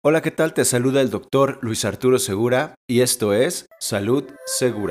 Hola, ¿qué tal? Te saluda el doctor Luis Arturo Segura y esto es Salud Segura.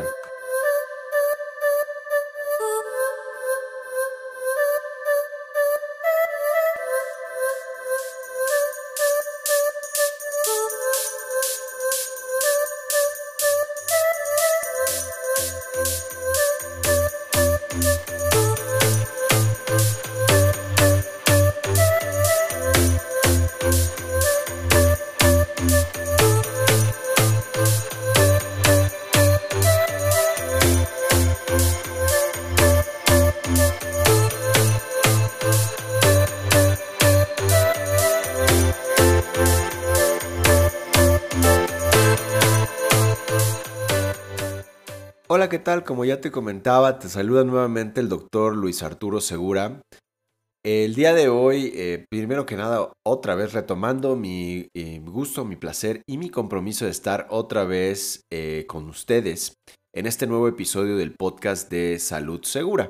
Hola, ¿qué tal? Como ya te comentaba, te saluda nuevamente el doctor Luis Arturo Segura. El día de hoy, primero que nada, otra vez retomando mi gusto, mi placer y mi compromiso de estar otra vez con ustedes en este nuevo episodio del podcast de Salud Segura.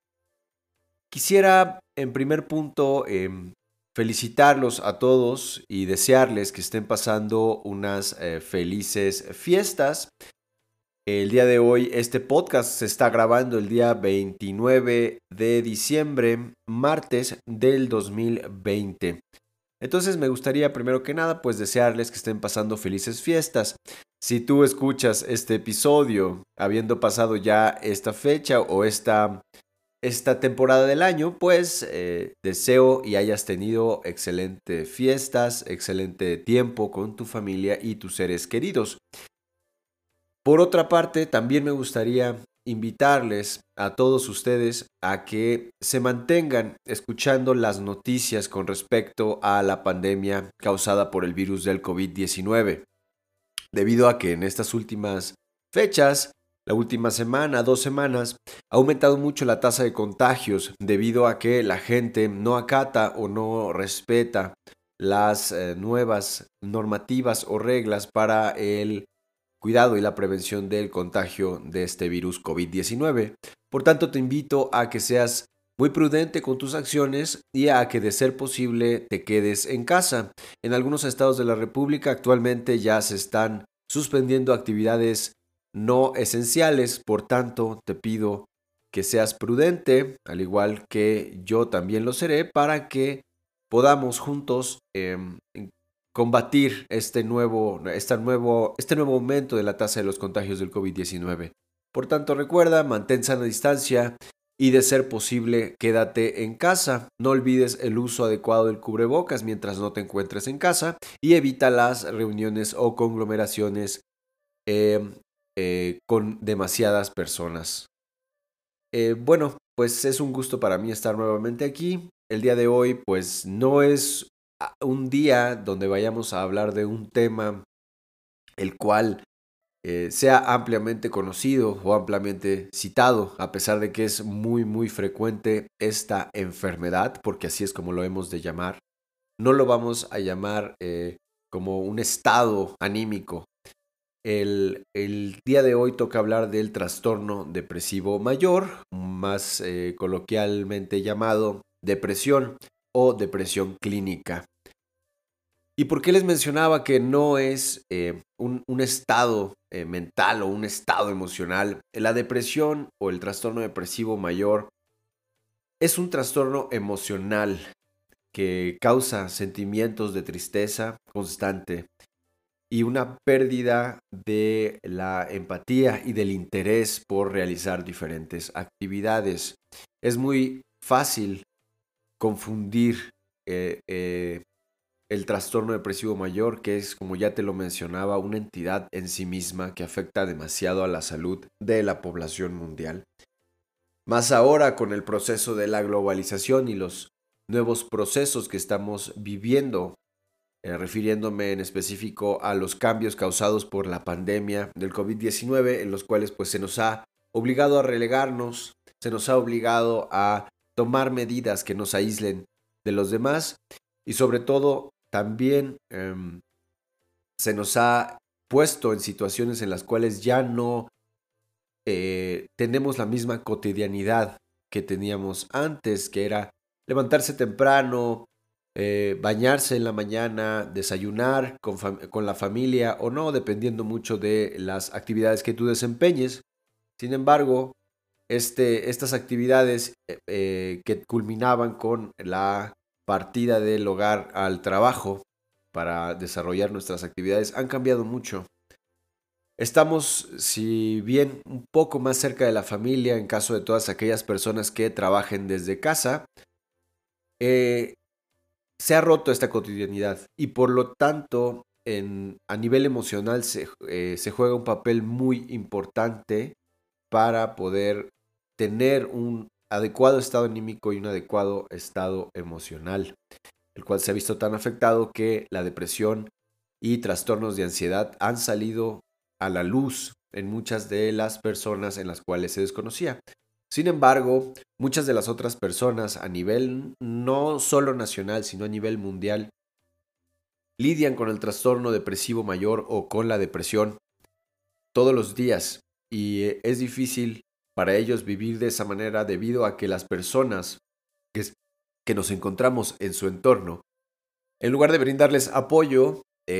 Quisiera, en primer punto, felicitarlos a todos y desearles que estén pasando unas felices fiestas. El día de hoy, este podcast se está grabando el día 29 de diciembre, martes del 2020. Entonces me gustaría primero que nada pues desearles que estén pasando felices fiestas. Si tú escuchas este episodio habiendo pasado ya esta fecha o esta temporada del año, pues deseo y hayas tenido excelentes fiestas, excelente tiempo con tu familia y tus seres queridos. Por otra parte, también me gustaría invitarles a todos ustedes a que se mantengan escuchando las noticias con respecto a la pandemia causada por el virus del COVID-19, debido a que en estas últimas fechas, la última semana, 2 semanas, ha aumentado mucho la tasa de contagios debido a que la gente no acata o no respeta las nuevas normativas o reglas para el cuidado y la prevención del contagio de este virus COVID-19. Por tanto, te invito a que seas muy prudente con tus acciones y a que de ser posible te quedes en casa. En algunos estados de la República actualmente ya se están suspendiendo actividades no esenciales, por tanto te pido que seas prudente, al igual que yo también lo seré, para que podamos juntos combatir este nuevo aumento de la tasa de los contagios del COVID-19. Por tanto, recuerda, mantén sana distancia y de ser posible, quédate en casa. No olvides el uso adecuado del cubrebocas mientras no te encuentres en casa y evita las reuniones o conglomeraciones eh, con demasiadas personas. Bueno, pues es un gusto para mí estar nuevamente aquí. El día de hoy, pues no es un día donde vayamos a hablar de un tema el cual sea ampliamente conocido o ampliamente citado, a pesar de que es muy frecuente esta enfermedad, porque así es como lo hemos de llamar. No lo vamos a llamar como un estado anímico. El día de hoy toca hablar del trastorno depresivo mayor, más coloquialmente llamado depresión o depresión clínica. ¿Y por qué les mencionaba que no es un estado mental o un estado emocional? La depresión o el trastorno depresivo mayor es un trastorno emocional que causa sentimientos de tristeza constante y una pérdida de la empatía y del interés por realizar diferentes actividades. Es muy fácil confundir el trastorno depresivo mayor, que es, como ya te lo mencionaba, una entidad en sí misma que afecta demasiado a la salud de la población mundial. Más ahora con el proceso de la globalización y los nuevos procesos que estamos viviendo, refiriéndome en específico a los cambios causados por la pandemia del COVID-19, en los cuales pues se nos ha obligado a relegarnos, se nos ha obligado a tomar medidas que nos aíslen de los demás y sobre todo también se nos ha puesto en situaciones en las cuales ya no tenemos la misma cotidianidad que teníamos antes, que era levantarse temprano, bañarse en la mañana, desayunar con la familia o no, dependiendo mucho de las actividades que tú desempeñes. Sin embargo, estas actividades que culminaban con la partida del hogar al trabajo para desarrollar nuestras actividades han cambiado mucho. Estamos, si bien un poco más cerca de la familia en caso de todas aquellas personas que trabajen desde casa, eh, se ha roto esta cotidianidad y por lo tanto a nivel emocional se juega un papel muy importante para poder tener un adecuado estado anímico y un adecuado estado emocional, el cual se ha visto tan afectado que la depresión y trastornos de ansiedad han salido a la luz en muchas de las personas en las cuales se desconocía. Sin embargo, muchas de las otras personas a nivel no solo nacional, sino a nivel mundial, lidian con el trastorno depresivo mayor o con la depresión todos los días y es difícil para ellos vivir de esa manera debido a que las personas que, que nos encontramos en su entorno, en lugar de brindarles apoyo,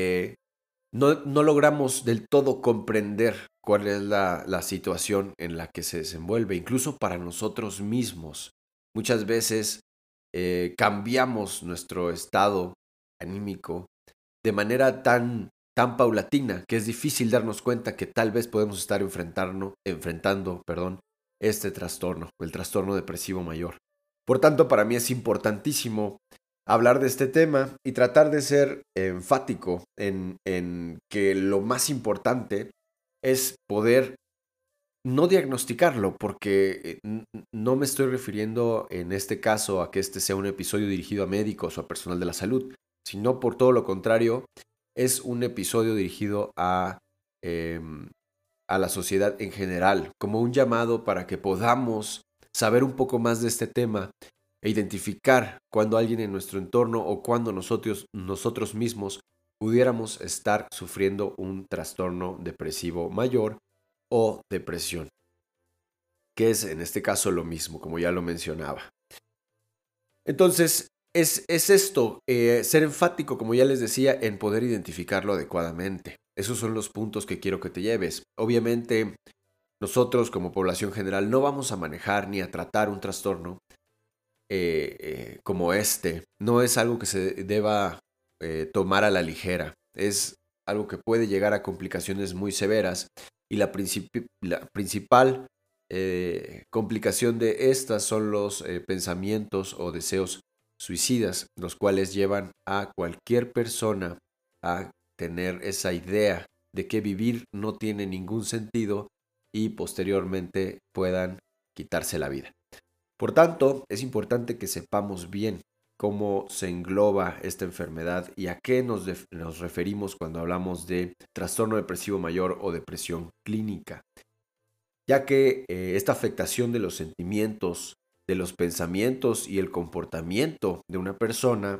no logramos del todo comprender cuál es la situación en la que se desenvuelve, incluso para nosotros mismos. Muchas veces cambiamos nuestro estado anímico de manera tan paulatina que es difícil darnos cuenta que tal vez podemos estar enfrentando, este trastorno, el trastorno depresivo mayor. Por tanto, para mí es importantísimo hablar de este tema y tratar de ser enfático en que lo más importante es poder no diagnosticarlo, porque no me estoy refiriendo en este caso a que este sea un episodio dirigido a médicos o a personal de la salud, sino por todo lo contrario, es un episodio dirigido em, a la sociedad en general, como un llamado para que podamos saber un poco más de este tema e identificar cuando alguien en nuestro entorno o cuando nosotros mismos pudiéramos estar sufriendo un trastorno depresivo mayor o depresión, que es en este caso lo mismo, como ya lo mencionaba. Entonces, es esto, ser enfático, como ya les decía, en poder identificarlo adecuadamente. Esos son los puntos que quiero que te lleves. Obviamente, nosotros como población general no vamos a manejar ni a tratar un trastorno como este. No es algo que se deba tomar a la ligera. Es algo que puede llegar a complicaciones muy severas y la principal complicación de estas son los pensamientos o deseos suicidas, los cuales llevan a cualquier persona a tener esa idea de que vivir no tiene ningún sentido y posteriormente puedan quitarse la vida. Por tanto, es importante que sepamos bien cómo se engloba esta enfermedad y a qué nos referimos cuando hablamos de trastorno depresivo mayor o depresión clínica, ya que esta afectación de los sentimientos, de los pensamientos y el comportamiento de una persona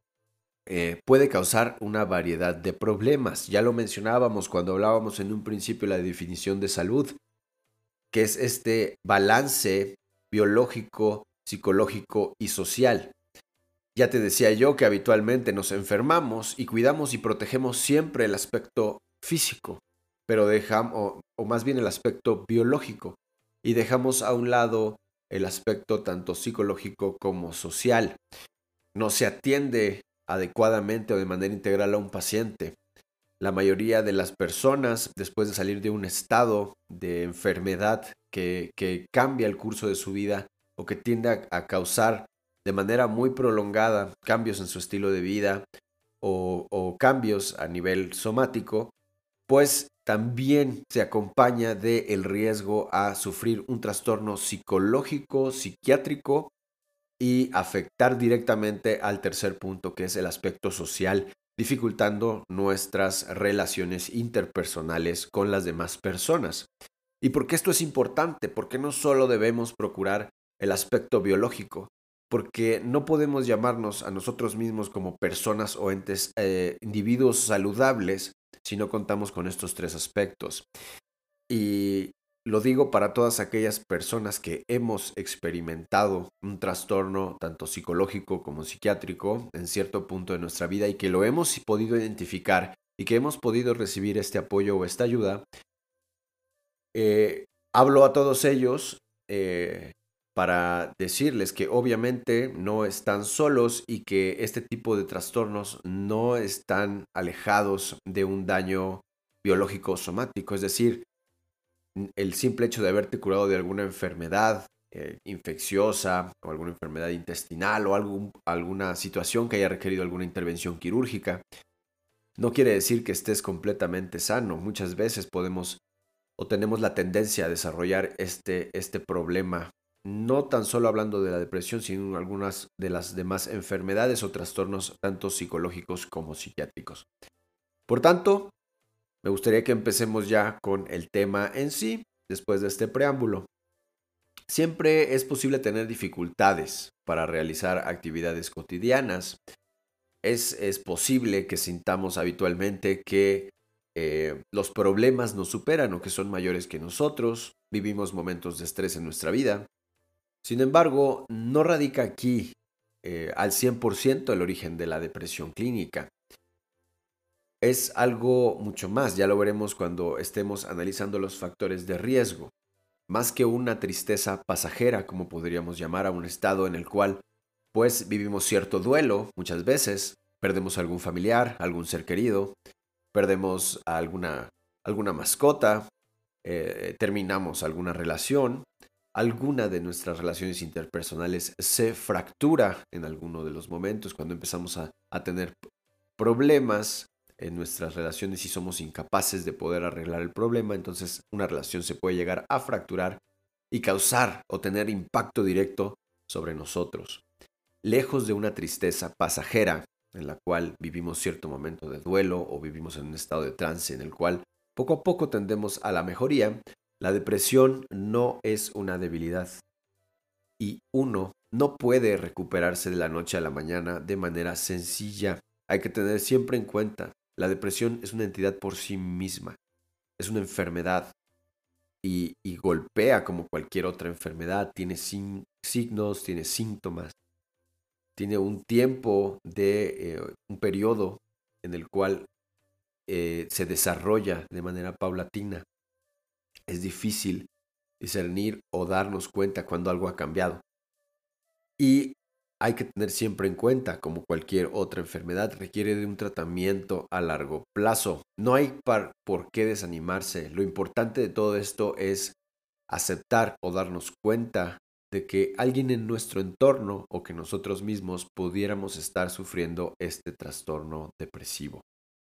puede causar una variedad de problemas. Ya lo mencionábamos cuando hablábamos en un principio de la definición de salud, que es este balance biológico, psicológico y social. Ya te decía yo que habitualmente nos enfermamos y cuidamos y protegemos siempre el aspecto físico, pero o más bien el aspecto biológico, y dejamos a un lado el aspecto tanto psicológico como social. No se atiende adecuadamente o de manera integral a un paciente. La mayoría de las personas, después de salir de un estado de enfermedad que cambia el curso de su vida o que tiende a causar de manera muy prolongada cambios en su estilo de vida o cambios a nivel somático, pues también se acompaña del riesgo a sufrir un trastorno psicológico, psiquiátrico y afectar directamente al tercer punto, que es el aspecto social, dificultando nuestras relaciones interpersonales con las demás personas. ¿Y por qué esto es importante? Porque no solo debemos procurar el aspecto biológico, porque no podemos llamarnos a nosotros mismos como personas o entes, individuos saludables, si no contamos con estos tres aspectos. Y Lo digo para todas aquellas personas que hemos experimentado un trastorno tanto psicológico como psiquiátrico en cierto punto de nuestra vida y que lo hemos podido identificar y que hemos podido recibir este apoyo o esta ayuda. Hablo a todos ellos para decirles que obviamente no están solos y que este tipo de trastornos no están alejados de un daño biológico o somático. Es decir, el simple hecho de haberte curado de alguna enfermedad infecciosa o alguna enfermedad intestinal o alguna situación que haya requerido alguna intervención quirúrgica, no quiere decir que estés completamente sano. Muchas veces podemos o tenemos la tendencia a desarrollar este problema, no tan solo hablando de la depresión, sino algunas de las demás enfermedades o trastornos, tanto psicológicos como psiquiátricos. Por tanto, me gustaría que empecemos ya con el tema en sí, después de este preámbulo. Siempre es posible tener dificultades para realizar actividades cotidianas. Es posible que sintamos habitualmente que los problemas nos superan o que son mayores que nosotros. Vivimos momentos de estrés en nuestra vida. Sin embargo, no radica aquí al 100% el origen de la depresión clínica. Es algo mucho más, ya lo veremos cuando estemos analizando los factores de riesgo. Más que una tristeza pasajera, como podríamos llamar a un estado en el cual pues vivimos cierto duelo muchas veces, perdemos algún familiar, algún ser querido, perdemos a alguna mascota, terminamos alguna relación, alguna de nuestras relaciones interpersonales se fractura en alguno de los momentos cuando empezamos a tener problemas en nuestras relaciones y somos incapaces de poder arreglar el problema, entonces una relación se puede llegar a fracturar y causar o tener impacto directo sobre nosotros. Lejos de una tristeza pasajera en la cual vivimos cierto momento de duelo o vivimos en un estado de trance en el cual poco a poco tendemos a la mejoría, la depresión no es una debilidad y uno no puede recuperarse de la noche a la mañana de manera sencilla. Hay que tener siempre en cuenta, la depresión es una entidad por sí misma, es una enfermedad y golpea como cualquier otra enfermedad, tiene signos, tiene síntomas, tiene un tiempo un periodo en el cual se desarrolla de manera paulatina. Es difícil discernir o darnos cuenta cuando algo ha cambiado. Y hay que tener siempre en cuenta, como cualquier otra enfermedad, requiere de un tratamiento a largo plazo. No hay por qué desanimarse. Lo importante de todo esto es aceptar o darnos cuenta de que alguien en nuestro entorno o que nosotros mismos pudiéramos estar sufriendo este trastorno depresivo.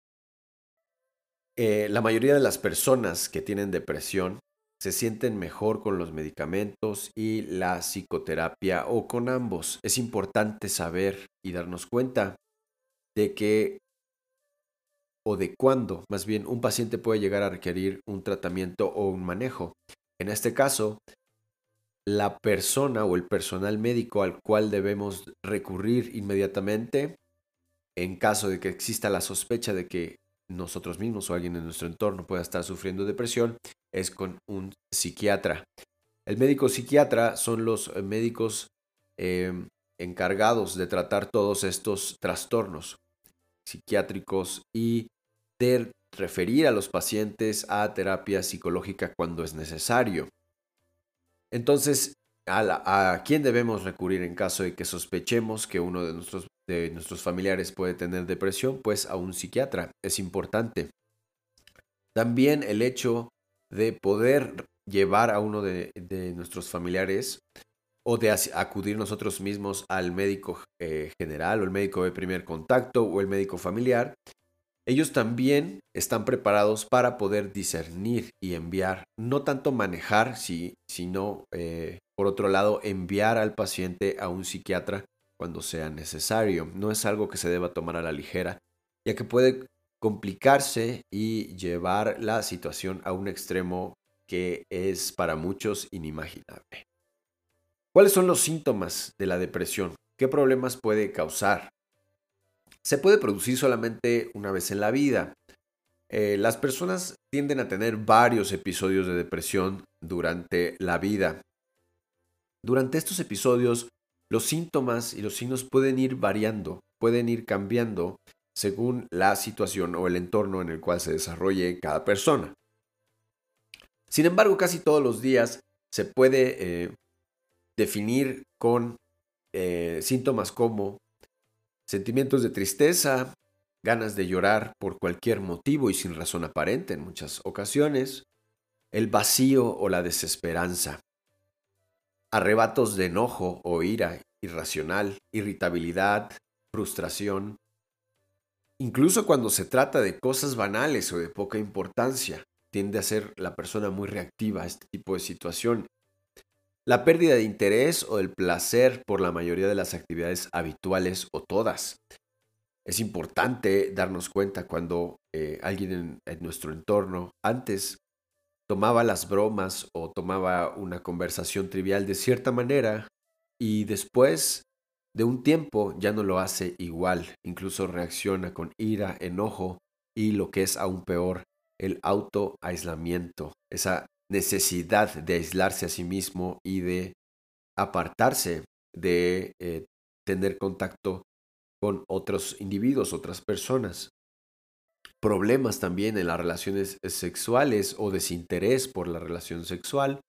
La mayoría de las personas que tienen depresión se sienten mejor con los medicamentos y la psicoterapia o con ambos. Es importante saber y darnos cuenta de que o de cuándo, más bien, un paciente puede llegar a requerir un tratamiento o un manejo. En este caso, la persona o el personal médico al cual debemos recurrir inmediatamente en caso de que exista la sospecha de que nosotros mismos o alguien en nuestro entorno pueda estar sufriendo depresión es con un psiquiatra. El médico psiquiatra son los médicos eh, encargados de tratar todos estos trastornos psiquiátricos y de referir a los pacientes a terapia psicológica cuando es necesario. Entonces, ¿a quién debemos recurrir en caso de que sospechemos que uno de nuestros familiares puede tener depresión? Pues a un psiquiatra. Es importante. También el hecho de poder llevar a uno de nuestros familiares o de acudir nosotros mismos al médico general o el médico de primer contacto o el médico familiar, ellos también están preparados para poder discernir y enviar, no tanto manejar, sino, por otro lado, enviar al paciente a un psiquiatra cuando sea necesario. No es algo que se deba tomar a la ligera, ya que puede complicarse y llevar la situación a un extremo que es para muchos inimaginable. ¿Cuáles son los síntomas de la depresión? ¿Qué problemas puede causar? Se puede producir solamente una vez en la vida. Las personas tienden a tener varios episodios de depresión durante la vida. Durante estos episodios, los síntomas y los signos pueden ir variando, pueden ir cambiando según la situación o el entorno en el cual se desarrolle cada persona. Sin embargo, casi todos los días se puede definir con síntomas como sentimientos de tristeza, ganas de llorar por cualquier motivo y sin razón aparente en muchas ocasiones, el vacío o la desesperanza, arrebatos de enojo o ira irracional, irritabilidad, frustración, incluso cuando se trata de cosas banales o de poca importancia, tiende a ser la persona muy reactiva a este tipo de situación. La pérdida de interés o el placer por la mayoría de las actividades habituales o todas. Es importante darnos cuenta cuando alguien en nuestro entorno antes tomaba las bromas o tomaba una conversación trivial de cierta manera y después de un tiempo ya no lo hace igual, incluso reacciona con ira, enojo y lo que es aún peor, el autoaislamiento, esa necesidad de aislarse a sí mismo y de apartarse de tener contacto con otros individuos, otras personas. Problemas también en las relaciones sexuales o desinterés por la relación sexual,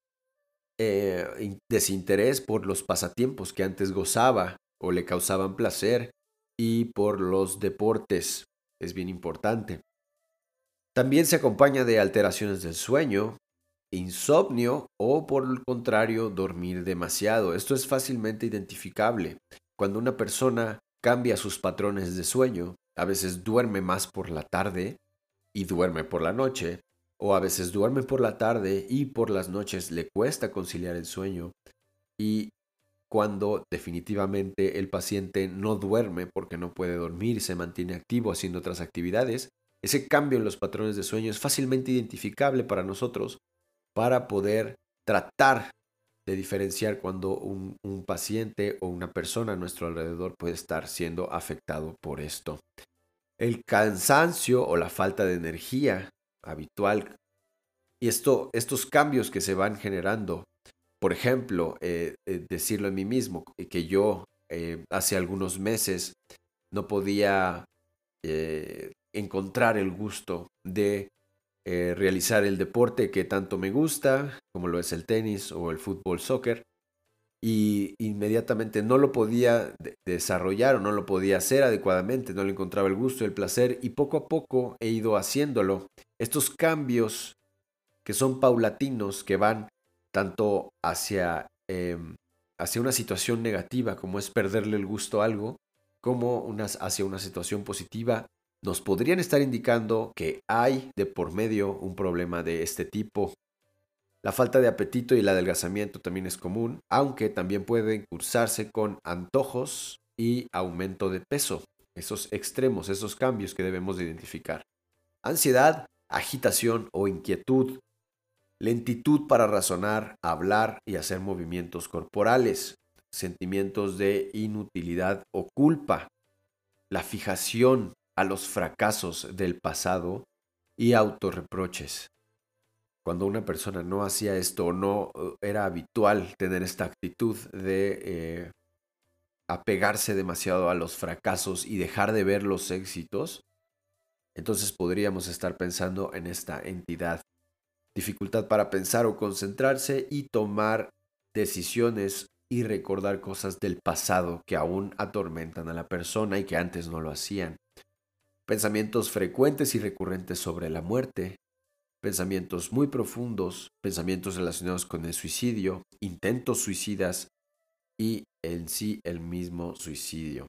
desinterés por los pasatiempos que antes gozaba o le causaban placer y por los deportes, es bien importante. También se acompaña de alteraciones del sueño, insomnio o por el contrario dormir demasiado. Esto es fácilmente identificable. Cuando una persona cambia sus patrones de sueño, a veces duerme más por la tarde y duerme por la noche, o a veces duerme por la tarde y por las noches le cuesta conciliar el sueño, y cuando definitivamente el paciente no duerme porque no puede dormir y se mantiene activo haciendo otras actividades, ese cambio en los patrones de sueño es fácilmente identificable para nosotros para poder tratar de diferenciar cuando un paciente o una persona a nuestro alrededor puede estar siendo afectado por esto. El cansancio o la falta de energía habitual y estos cambios que se van generando. Por ejemplo, decirlo en mí mismo, que yo hace algunos meses no podía encontrar el gusto de realizar el deporte que tanto me gusta, como lo es el tenis o el fútbol, soccer, y inmediatamente no lo podía desarrollar o no lo podía hacer adecuadamente, no le encontraba el gusto, el placer, y poco a poco he ido haciéndolo. Estos cambios que son paulatinos, que van tanto hacia una situación negativa, como es perderle el gusto a algo, como hacia una situación positiva, nos podrían estar indicando que hay de por medio un problema de este tipo. La falta de apetito y el adelgazamiento también es común, aunque también pueden cursarse con antojos y aumento de peso. Esos extremos, esos cambios que debemos de identificar. Ansiedad, agitación o inquietud, lentitud para razonar, hablar y hacer movimientos corporales, sentimientos de inutilidad o culpa, la fijación a los fracasos del pasado y autorreproches. Cuando una persona no hacía esto o no era habitual tener esta actitud de apegarse demasiado a los fracasos y dejar de ver los éxitos, entonces podríamos estar pensando en esta entidad. Dificultad para pensar o concentrarse y tomar decisiones y recordar cosas del pasado que aún atormentan a la persona y que antes no lo hacían. Pensamientos frecuentes y recurrentes sobre la muerte, pensamientos muy profundos, pensamientos relacionados con el suicidio, intentos suicidas y en sí el mismo suicidio.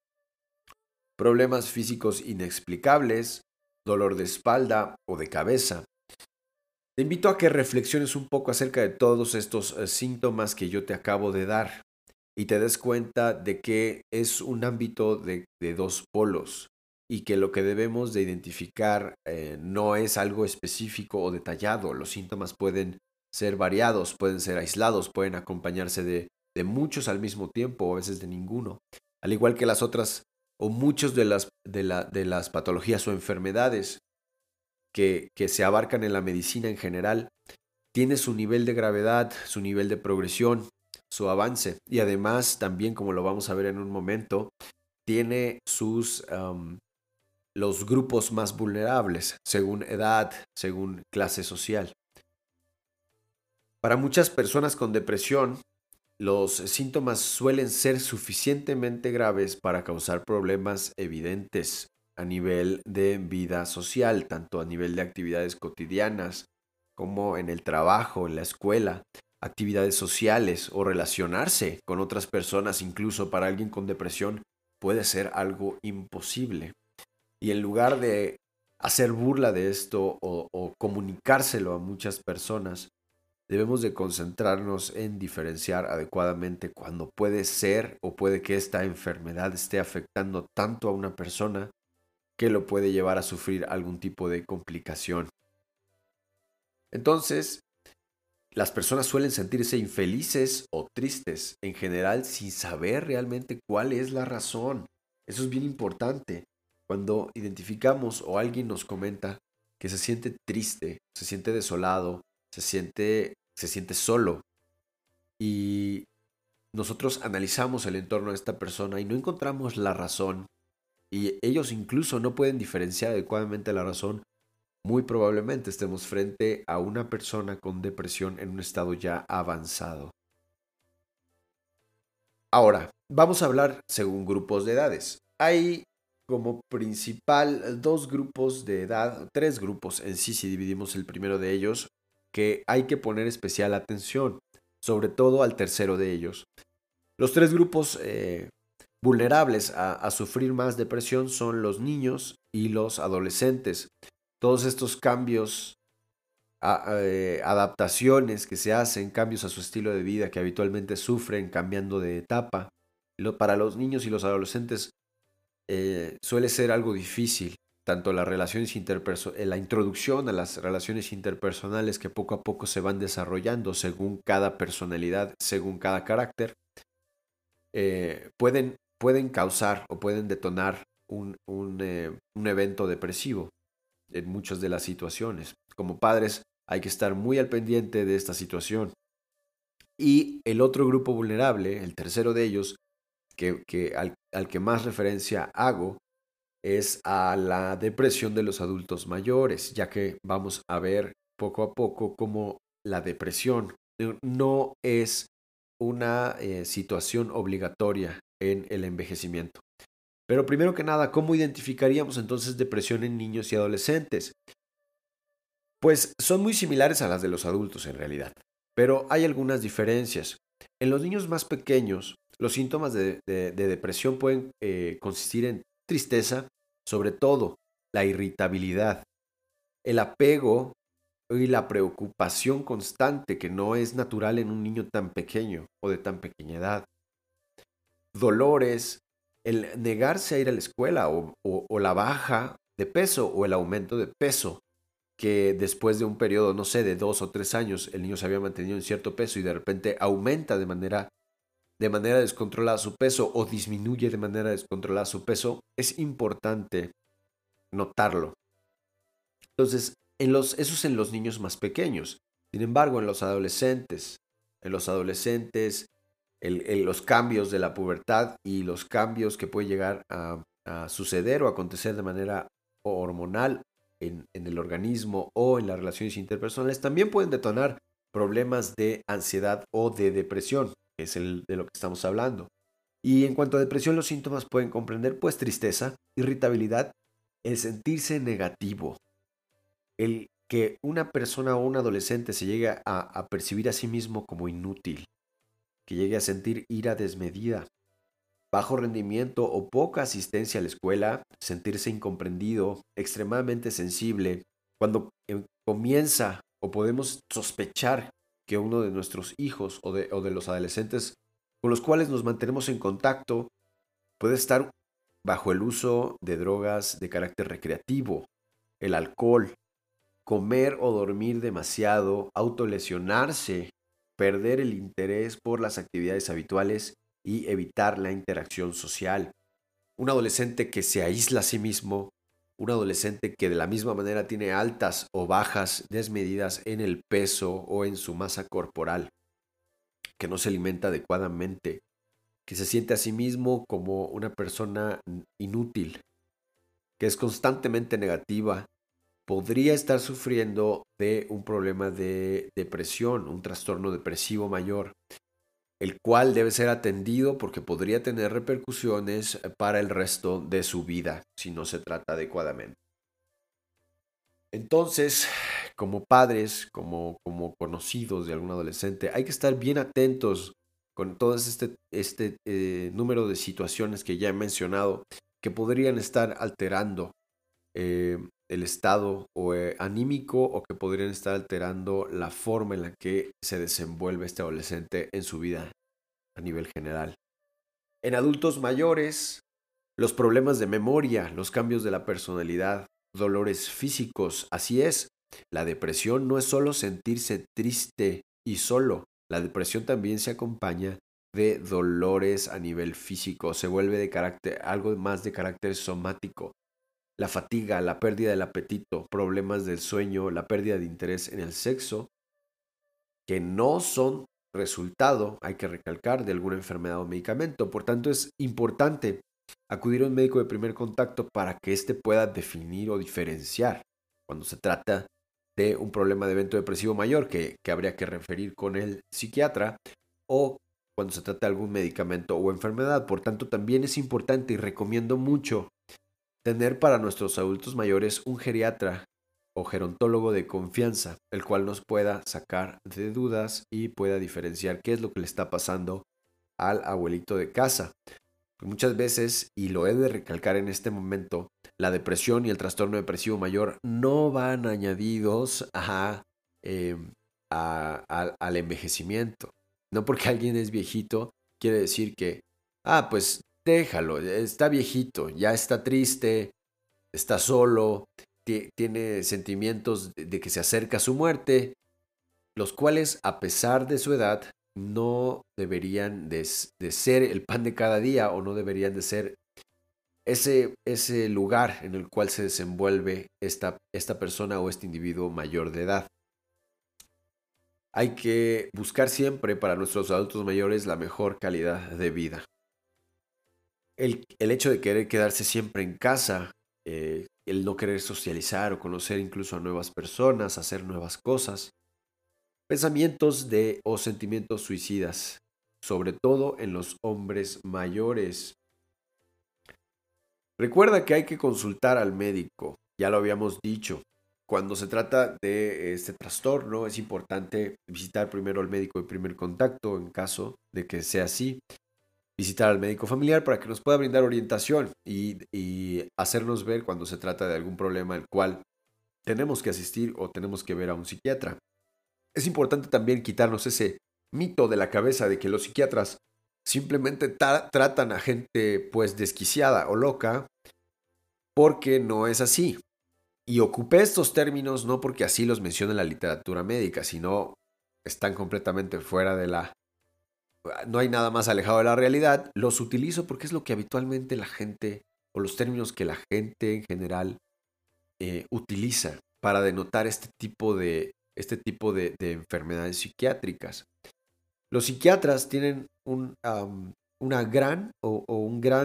Problemas físicos inexplicables, dolor de espalda o de cabeza. Te invito a que reflexiones un poco acerca de todos estos síntomas que yo te acabo de dar y te des cuenta de que es un ámbito de dos polos y que lo que debemos de identificar no es algo específico o detallado. Los síntomas pueden ser variados, pueden ser aislados, pueden acompañarse de muchos al mismo tiempo o a veces de ninguno. Al igual que las otras o muchos de las patologías o enfermedades. que se abarcan en la medicina en general, tiene su nivel de gravedad, su nivel de progresión, su avance. Y además también, como lo vamos a ver en un momento, tiene los grupos más vulnerables, según edad, según clase social. Para muchas personas con depresión, los síntomas suelen ser suficientemente graves para causar problemas evidentes a nivel de vida social, tanto a nivel de actividades cotidianas como en el trabajo, en la escuela, actividades sociales o relacionarse con otras personas, incluso para alguien con depresión, puede ser algo imposible. Y en lugar de hacer burla de esto o comunicárselo a muchas personas, debemos de concentrarnos en diferenciar adecuadamente cuando puede ser o puede que esta enfermedad esté afectando tanto a una persona que lo puede llevar a sufrir algún tipo de complicación. Entonces, las personas suelen sentirse infelices o tristes en general sin saber realmente cuál es la razón. Eso es bien importante. Cuando identificamos o alguien nos comenta que se siente triste, se siente desolado, se siente solo y nosotros analizamos el entorno de esta persona y no encontramos la razón y ellos incluso no pueden diferenciar adecuadamente la razón, muy probablemente estemos frente a una persona con depresión en un estado ya avanzado. Ahora, vamos a hablar según grupos de edades. Hay como principal dos grupos de edad, tres grupos en sí, si dividimos el primero de ellos, que hay que poner especial atención, sobre todo al tercero de ellos. Los tres grupos vulnerables a sufrir más depresión son los niños y los adolescentes. Todos estos cambios, adaptaciones que se hacen, cambios a su estilo de vida que habitualmente sufren cambiando de etapa, para los niños y los adolescentes suele ser algo difícil, tanto las relaciones la introducción a las relaciones interpersonales que poco a poco se van desarrollando según cada personalidad, según cada carácter, pueden causar o pueden detonar un evento depresivo en muchas de las situaciones. Como padres hay que estar muy al pendiente de esta situación. Y el otro grupo vulnerable, el tercero de ellos, al que más referencia hago, es a la depresión de los adultos mayores, ya que vamos a ver poco a poco cómo la depresión no es una situación obligatoria en el envejecimiento. Pero primero que nada, ¿cómo identificaríamos entonces depresión en niños y adolescentes? Pues son muy similares a las de los adultos en realidad, pero hay algunas diferencias. En los niños más pequeños, los síntomas de depresión pueden consistir en tristeza, sobre todo la irritabilidad, el apego y la preocupación constante que no es natural en un niño tan pequeño o de tan pequeña edad, dolores, el negarse a ir a la escuela o la baja de peso o el aumento de peso que después de un periodo, no sé, de 2 o 3 años, el niño se había mantenido en cierto peso y de repente aumenta de manera descontrolada su peso o disminuye de manera descontrolada su peso, es importante notarlo. Entonces, eso es en los niños más pequeños. Sin embargo, en los adolescentes, los cambios de la pubertad y los cambios que puede llegar a suceder o acontecer de manera hormonal en el organismo o en las relaciones interpersonales también pueden detonar problemas de ansiedad o de depresión, que es de lo que estamos hablando. Y en cuanto a depresión, los síntomas pueden comprender pues tristeza, irritabilidad, el sentirse negativo, el que una persona o un adolescente se llegue a percibir a sí mismo como inútil, que llegue a sentir ira desmedida, bajo rendimiento o poca asistencia a la escuela, sentirse incomprendido, extremadamente sensible, cuando comienza o podemos sospechar que uno de nuestros hijos o de los adolescentes con los cuales nos mantenemos en contacto puede estar bajo el uso de drogas de carácter recreativo, el alcohol, comer o dormir demasiado, autolesionarse, perder el interés por las actividades habituales y evitar la interacción social. Un adolescente que se aísla a sí mismo, un adolescente que de la misma manera tiene altas o bajas desmedidas en el peso o en su masa corporal, que no se alimenta adecuadamente, que se siente a sí mismo como una persona inútil, que es constantemente negativa, podría estar sufriendo de un problema de depresión, un trastorno depresivo mayor, el cual debe ser atendido porque podría tener repercusiones para el resto de su vida si no se trata adecuadamente. Entonces, como padres, como conocidos de algún adolescente, hay que estar bien atentos con todo este número de situaciones que ya he mencionado que podrían estar alterando el estado anímico o que podrían estar alterando la forma en la que se desenvuelve este adolescente en su vida a nivel general. En adultos mayores, los problemas de memoria, los cambios de la personalidad, dolores físicos, así es. La depresión no es solo sentirse triste y solo. La depresión también se acompaña de dolores a nivel físico, se vuelve de carácter, algo más de carácter somático. La fatiga, la pérdida del apetito, problemas del sueño, la pérdida de interés en el sexo, que no son resultado, hay que recalcar, de alguna enfermedad o medicamento. Por tanto, es importante acudir a un médico de primer contacto para que éste pueda definir o diferenciar cuando se trata de un problema de evento depresivo mayor que habría que referir con el psiquiatra o cuando se trata de algún medicamento o enfermedad. Por tanto, también es importante y recomiendo mucho tener para nuestros adultos mayores un geriatra o gerontólogo de confianza, el cual nos pueda sacar de dudas y pueda diferenciar qué es lo que le está pasando al abuelito de casa. Muchas veces, y lo he de recalcar en este momento, la depresión y el trastorno depresivo mayor no van añadidos al envejecimiento. No porque alguien es viejito, quiere decir que, pues déjalo, está viejito, ya está triste, está solo, tiene sentimientos de que se acerca a su muerte, los cuales, a pesar de su edad, no deberían de ser el pan de cada día o no deberían de ser ese lugar en el cual se desenvuelve esta persona o este individuo mayor de edad. Hay que buscar siempre para nuestros adultos mayores la mejor calidad de vida. El hecho de querer quedarse siempre en casa, el no querer socializar o conocer incluso a nuevas personas, hacer nuevas cosas, pensamientos o sentimientos suicidas, sobre todo en los hombres mayores. Recuerda que hay que consultar al médico, ya lo habíamos dicho. Cuando se trata de este trastorno es importante visitar primero al médico de primer contacto en caso de que sea así, visitar al médico familiar para que nos pueda brindar orientación y hacernos ver cuando se trata de algún problema al cual tenemos que asistir o tenemos que ver a un psiquiatra. Es importante también quitarnos ese mito de la cabeza de que los psiquiatras simplemente tratan a gente pues desquiciada o loca, porque no es así. Y ocupé estos términos no porque así los menciona la literatura médica, sino están completamente fuera de la... No hay nada más alejado de la realidad. Los utilizo porque es lo que habitualmente la gente, o los términos que la gente en general utiliza para denotar este tipo de enfermedades psiquiátricas. Los psiquiatras tienen una gran o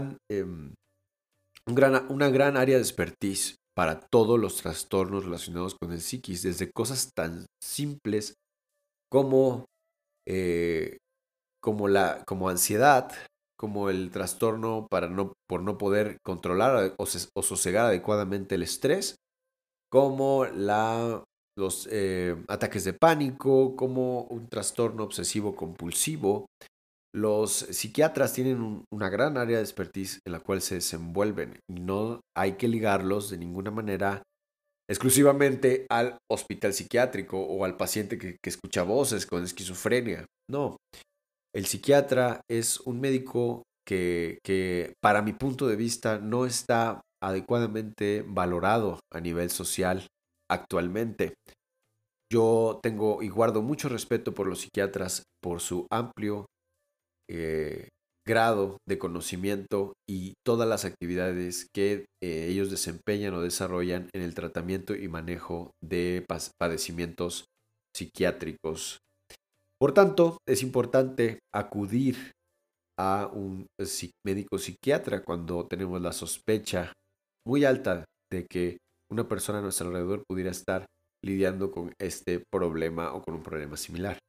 una gran área de expertise para todos los trastornos relacionados con el psiquis, desde cosas tan simples como, eh, como ansiedad, como el trastorno por no poder controlar o sosegar adecuadamente el estrés, como los ataques de pánico, como un trastorno obsesivo compulsivo. Los psiquiatras tienen una gran área de expertise en la cual se desenvuelven y no hay que ligarlos de ninguna manera exclusivamente al hospital psiquiátrico o al paciente que escucha voces con esquizofrenia. No, el psiquiatra es un médico que para mi punto de vista no está adecuadamente valorado a nivel social actualmente. Yo tengo y guardo mucho respeto por los psiquiatras, por su amplio eh, grado de conocimiento y todas las actividades que ellos desempeñan o desarrollan en el tratamiento y manejo de padecimientos psiquiátricos. Por tanto, es importante acudir a un médico psiquiatra cuando tenemos la sospecha muy alta de que una persona a nuestro alrededor pudiera estar lidiando con este problema o con un problema similar.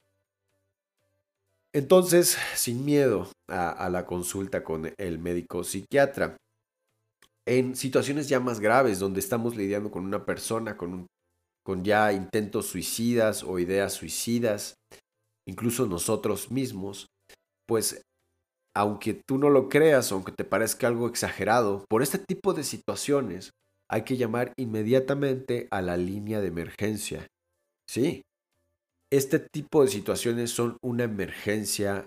Entonces, sin miedo a la consulta con el médico psiquiatra, en situaciones ya más graves donde estamos lidiando con una persona con ya intentos suicidas o ideas suicidas, incluso nosotros mismos, pues aunque tú no lo creas, aunque te parezca algo exagerado, por este tipo de situaciones hay que llamar inmediatamente a la línea de emergencia. Sí, este tipo de situaciones son una emergencia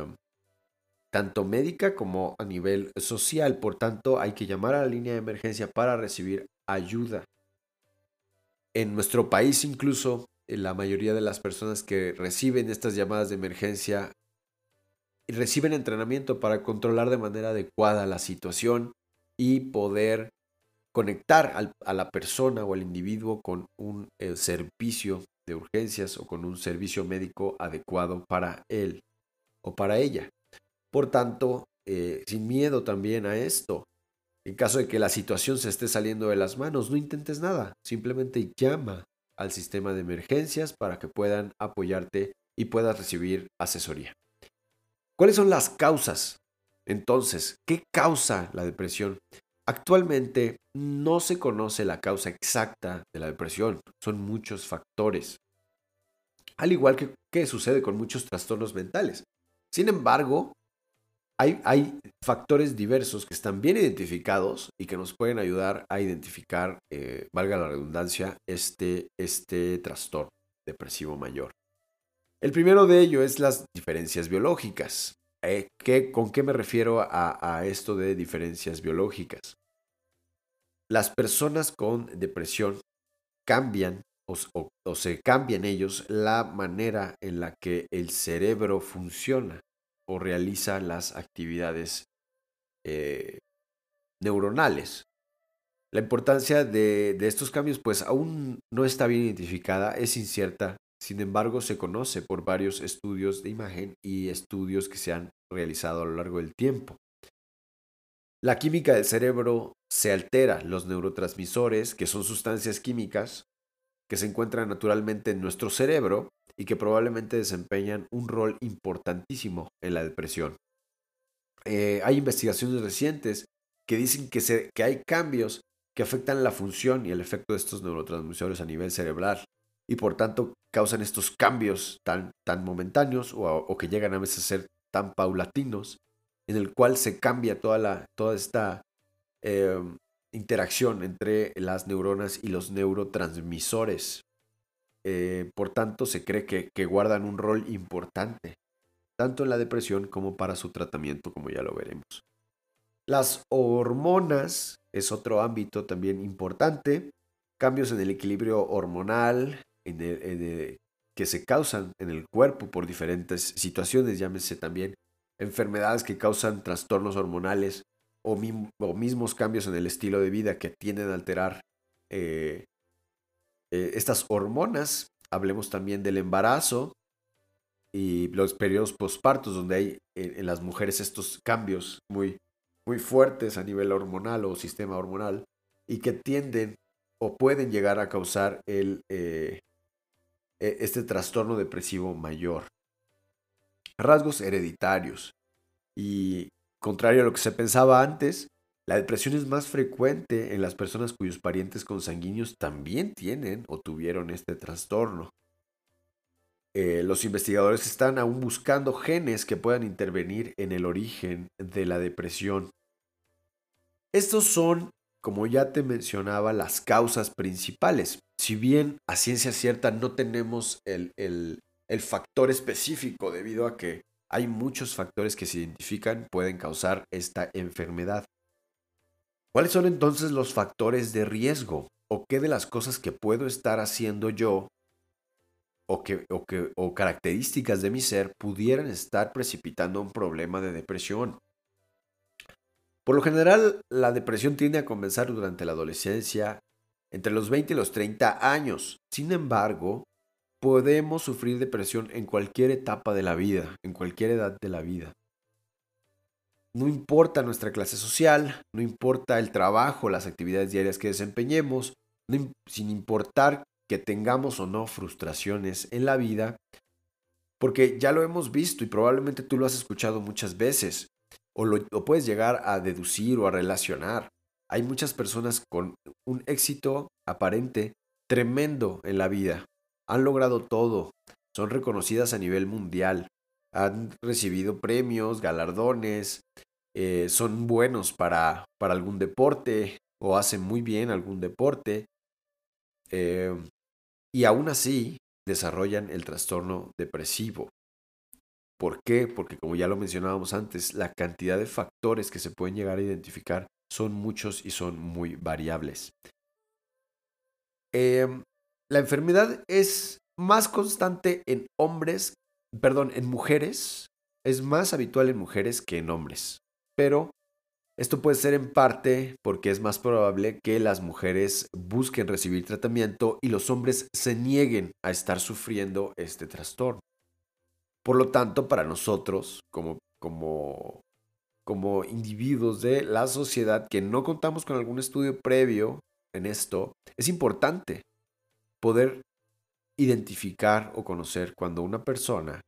tanto médica como a nivel social. Por tanto, hay que llamar a la línea de emergencia para recibir ayuda. En nuestro país incluso, la mayoría de las personas que reciben estas llamadas de emergencia reciben entrenamiento para controlar de manera adecuada la situación y poder conectar a la persona o al individuo con un servicio de urgencias o con un servicio médico adecuado para él o para ella. Por tanto, sin miedo también a esto. En caso de que la situación se esté saliendo de las manos, no intentes nada. Simplemente llama al sistema de emergencias para que puedan apoyarte y puedas recibir asesoría. ¿Cuáles son las causas? Entonces, ¿qué causa la depresión? Actualmente no se conoce la causa exacta de la depresión. Son muchos factores. Al igual que sucede con muchos trastornos mentales. Sin embargo, hay factores diversos que están bien identificados y que nos pueden ayudar a identificar, valga la redundancia, este trastorno depresivo mayor. El primero de ellos es las diferencias biológicas. ¿Con qué me refiero a esto de diferencias biológicas? Las personas con depresión cambian o se cambian ellos la manera en la que el cerebro funciona o realiza las actividades eh, neuronales. La importancia de estos cambios pues aún no está bien identificada, es incierta, sin embargo se conoce por varios estudios de imagen y estudios que se han realizado a lo largo del tiempo. La química del cerebro se altera, los neurotransmisores, que son sustancias químicas que se encuentran naturalmente en nuestro cerebro y que probablemente desempeñan un rol importantísimo en la depresión. Hay investigaciones recientes que dicen que hay cambios que afectan la función y el efecto de estos neurotransmisores a nivel cerebral y por tanto causan estos cambios tan momentáneos o que llegan a veces a ser tan paulatinos en el cual se cambia toda esta eh, interacción entre las neuronas y los neurotransmisores. Por tanto, se cree que guardan un rol importante, tanto en la depresión como para su tratamiento, como ya lo veremos. Las hormonas es otro ámbito también importante. Cambios en el equilibrio hormonal que se causan en el cuerpo por diferentes situaciones, llámese también enfermedades que causan trastornos hormonales o mismos cambios en el estilo de vida que tienden a alterar eh, estas hormonas. Hablemos también del embarazo y los periodos pospartos, donde hay en las mujeres estos cambios muy fuertes a nivel hormonal o sistema hormonal y que tienden o pueden llegar a causar este trastorno depresivo mayor. Rasgos hereditarios. Y contrario a lo que se pensaba antes, la depresión es más frecuente en las personas cuyos parientes consanguíneos también tienen o tuvieron este trastorno. Los investigadores están aún buscando genes que puedan intervenir en el origen de la depresión. Estos son, como ya te mencionaba, las causas principales. Si bien a ciencia cierta no tenemos el factor específico debido a que hay muchos factores que se identifican pueden causar esta enfermedad. ¿Cuáles son entonces los factores de riesgo? ¿O qué de las cosas que puedo estar haciendo yo o características de mi ser pudieran estar precipitando un problema de depresión. Por lo general, la depresión tiende a comenzar durante la adolescencia, entre los 20 y los 30 años. Sin embargo, podemos sufrir depresión en cualquier etapa de la vida, en cualquier edad de la vida. No importa nuestra clase social, no importa el trabajo, las actividades diarias que desempeñemos, sin importar que tengamos o no frustraciones en la vida, porque ya lo hemos visto y probablemente tú lo has escuchado muchas veces, o lo puedes llegar a deducir o a relacionar. Hay muchas personas con un éxito aparente tremendo en la vida. Han logrado todo, son reconocidas a nivel mundial, han recibido premios, galardones, son buenos para algún deporte o hacen muy bien algún deporte, eh, y aún así desarrollan el trastorno depresivo. ¿Por qué? Porque como ya lo mencionábamos antes, la cantidad de factores que se pueden llegar a identificar son muchos y son muy variables. Em, la enfermedad es más constante en en mujeres, es más habitual en mujeres que en hombres, pero esto puede ser en parte porque es más probable que las mujeres busquen recibir tratamiento y los hombres se nieguen a estar sufriendo este trastorno. Por lo tanto, para nosotros, como individuos de la sociedad que no contamos con algún estudio previo en esto, es importante poder identificar o conocer cuando una persona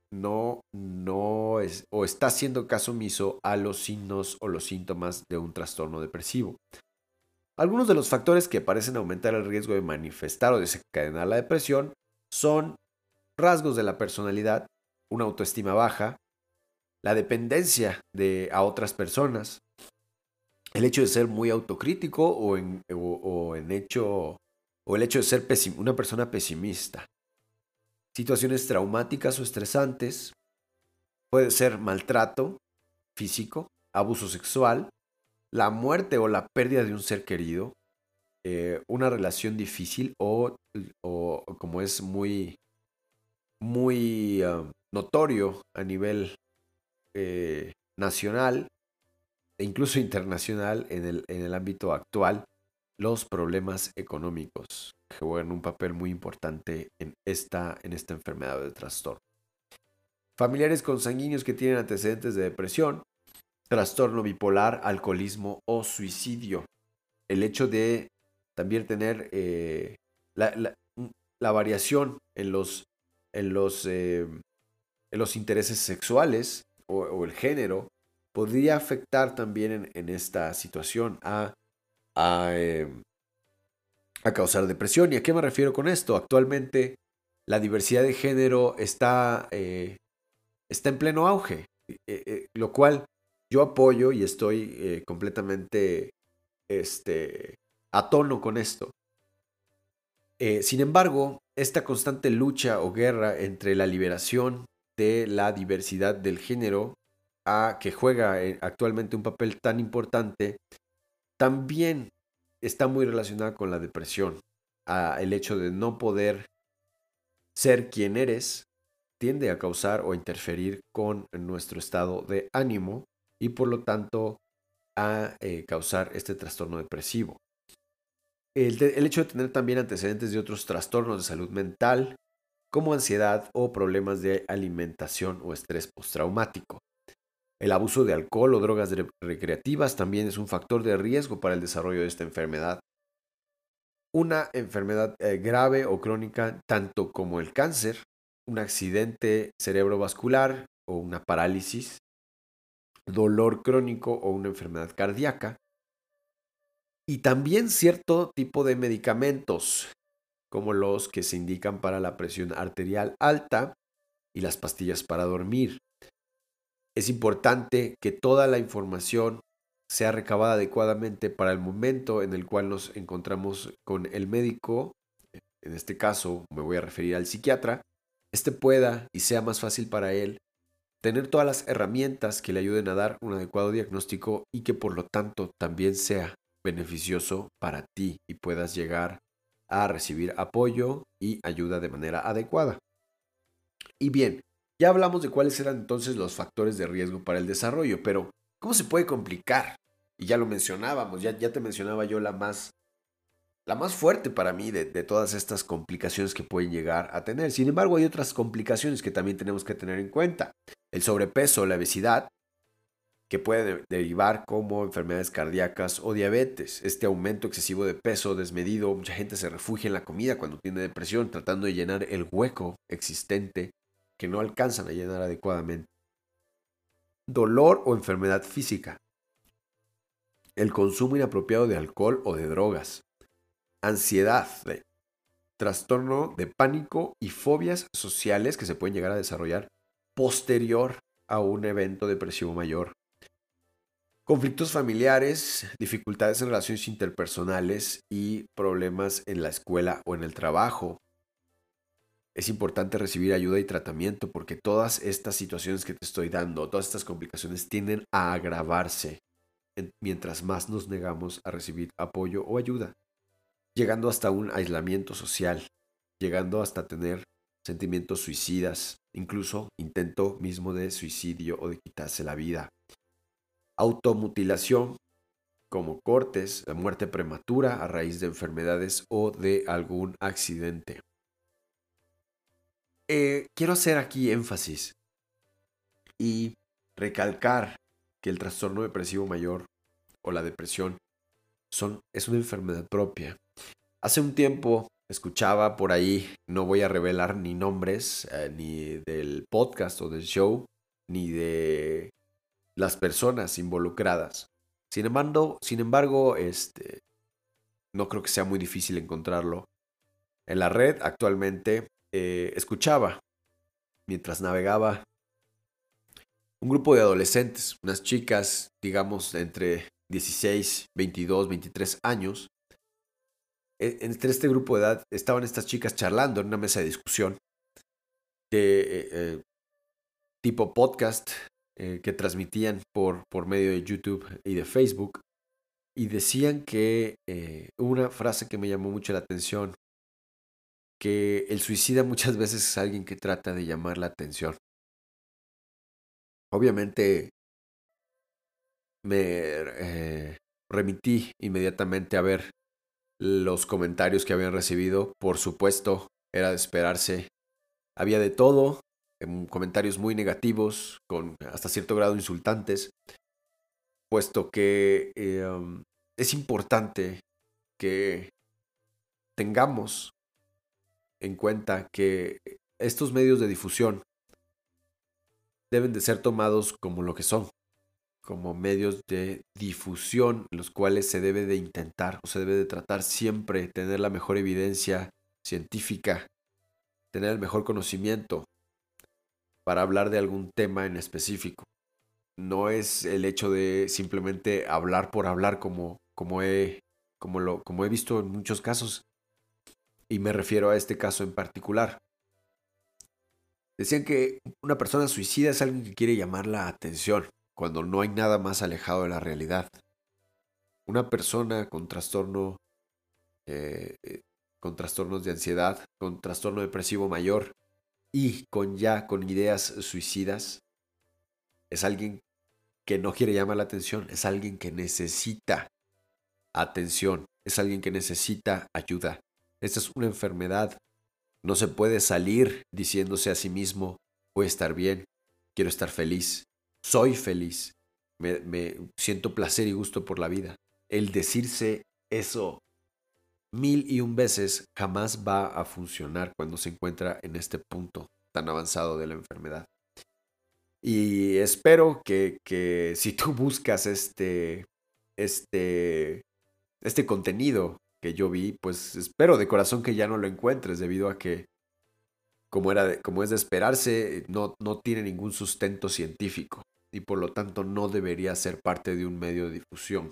no es o está haciendo caso omiso a los signos o los síntomas de un trastorno depresivo. Algunos de los factores que parecen aumentar el riesgo de manifestar o desencadenar la depresión son rasgos de la personalidad, una autoestima baja, la dependencia a otras personas, el hecho de ser muy autocrítico o el hecho de ser una persona pesimista, situaciones traumáticas o estresantes, puede ser maltrato físico, abuso sexual, la muerte o la pérdida de un ser querido, una relación difícil o como es muy notorio a nivel nacional e incluso internacional en el ámbito actual, los problemas económicos que juegan un papel muy importante en esta enfermedad de trastorno. Familiares consanguíneos que tienen antecedentes de depresión, trastorno bipolar, alcoholismo o suicidio. El hecho de también tener la, la- la variación en los intereses sexuales o el género podría afectar también en esta situación a, eh, a causar depresión. ¿Y a qué me refiero con esto? Actualmente la diversidad de género está en pleno auge, lo cual yo apoyo y estoy completamente a tono con esto. Sin embargo, esta constante lucha o guerra entre la liberación de la diversidad del género que juega actualmente un papel tan importante, también está muy relacionada con la depresión. El hecho de no poder ser quien eres tiende a causar o interferir con nuestro estado de ánimo y por lo tanto a causar este trastorno depresivo. El hecho de tener también antecedentes de otros trastornos de salud mental, como ansiedad o problemas de alimentación o estrés postraumático. El abuso de alcohol o drogas recreativas también es un factor de riesgo para el desarrollo de esta enfermedad. Una enfermedad grave o crónica, tanto como el cáncer, un accidente cerebrovascular o una parálisis, dolor crónico o una enfermedad cardíaca, y también cierto tipo de medicamentos, como los que se indican para la presión arterial alta y las pastillas para dormir. Es importante que toda la información sea recabada adecuadamente para el momento en el cual nos encontramos con el médico. En este caso me voy a referir al psiquiatra. Pueda y sea más fácil para él tener todas las herramientas que le ayuden a dar un adecuado diagnóstico y que por lo tanto también sea beneficioso para ti y puedas llegar a recibir apoyo y ayuda de manera adecuada. Y bien, ya hablamos de cuáles eran entonces los factores de riesgo para el desarrollo, pero ¿cómo se puede complicar? Y ya lo mencionábamos, ya te mencionaba yo la más fuerte para mí de todas estas complicaciones que pueden llegar a tener. Sin embargo, hay otras complicaciones que también tenemos que tener en cuenta. El sobrepeso, la obesidad, que puede derivar como enfermedades cardíacas o diabetes. Este aumento excesivo de peso desmedido, mucha gente se refugia en la comida cuando tiene depresión, tratando de llenar el hueco existente que no alcanzan a llenar adecuadamente. Dolor o enfermedad física. El consumo inapropiado de alcohol o de drogas. Ansiedad, trastorno de pánico y fobias sociales que se pueden llegar a desarrollar posterior a un evento depresivo mayor. Conflictos familiares, dificultades en relaciones interpersonales y problemas en la escuela o en el trabajo. Es importante recibir ayuda y tratamiento porque todas estas situaciones que te estoy dando, todas estas complicaciones tienden a agravarse mientras más nos negamos a recibir apoyo o ayuda, llegando hasta un aislamiento social, llegando hasta tener sentimientos suicidas, incluso intento mismo de suicidio o de quitarse la vida. Automutilación, como cortes, la muerte prematura a raíz de enfermedades o de algún accidente. Quiero hacer aquí énfasis y recalcar que el trastorno depresivo mayor o la depresión es una enfermedad propia. Hace un tiempo escuchaba por ahí, no voy a revelar ni nombres, ni del podcast o del show, ni de las personas involucradas. Sin embargo, no creo que sea muy difícil encontrarlo. En la red actualmente escuchaba, mientras navegaba, un grupo de adolescentes, unas chicas, digamos, entre 16, 22, 23 años. Entre este grupo de edad estaban estas chicas charlando en una mesa de discusión de tipo podcast que transmitían por medio de YouTube y de Facebook. Y decían que una frase que me llamó mucho la atención, que el suicida muchas veces es alguien que trata de llamar la atención. Obviamente me remití inmediatamente a ver los comentarios que habían recibido. Por supuesto, era de esperarse. Había de todo, comentarios muy negativos, con hasta cierto grado insultantes, puesto que es importante que tengamos en cuenta que estos medios de difusión deben de ser tomados como lo que son, como medios de difusión, los cuales se debe de intentar o se debe de tratar siempre tener la mejor evidencia científica, tener el mejor conocimiento para hablar de algún tema en específico. No es el hecho de simplemente hablar por hablar como he visto en muchos casos, y me refiero a este caso en particular. Decían que una persona suicida es alguien que quiere llamar la atención, cuando no hay nada más alejado de la realidad. Una persona eh, eh, con trastornos de ansiedad, con trastorno depresivo mayor y con ideas suicidas, es alguien que no quiere llamar la atención, es alguien que necesita atención, es alguien que necesita ayuda. Esta es una enfermedad. No se puede salir diciéndose a sí mismo, voy a estar bien, quiero estar feliz, soy feliz, me siento placer y gusto por la vida. El decirse eso 1001 veces jamás va a funcionar cuando se encuentra en este punto tan avanzado de la enfermedad. Y espero que si tú buscas este, este contenido que yo vi, pues espero de corazón que ya no lo encuentres, debido a que, como es de esperarse, no tiene ningún sustento científico y por lo tanto no debería ser parte de un medio de difusión.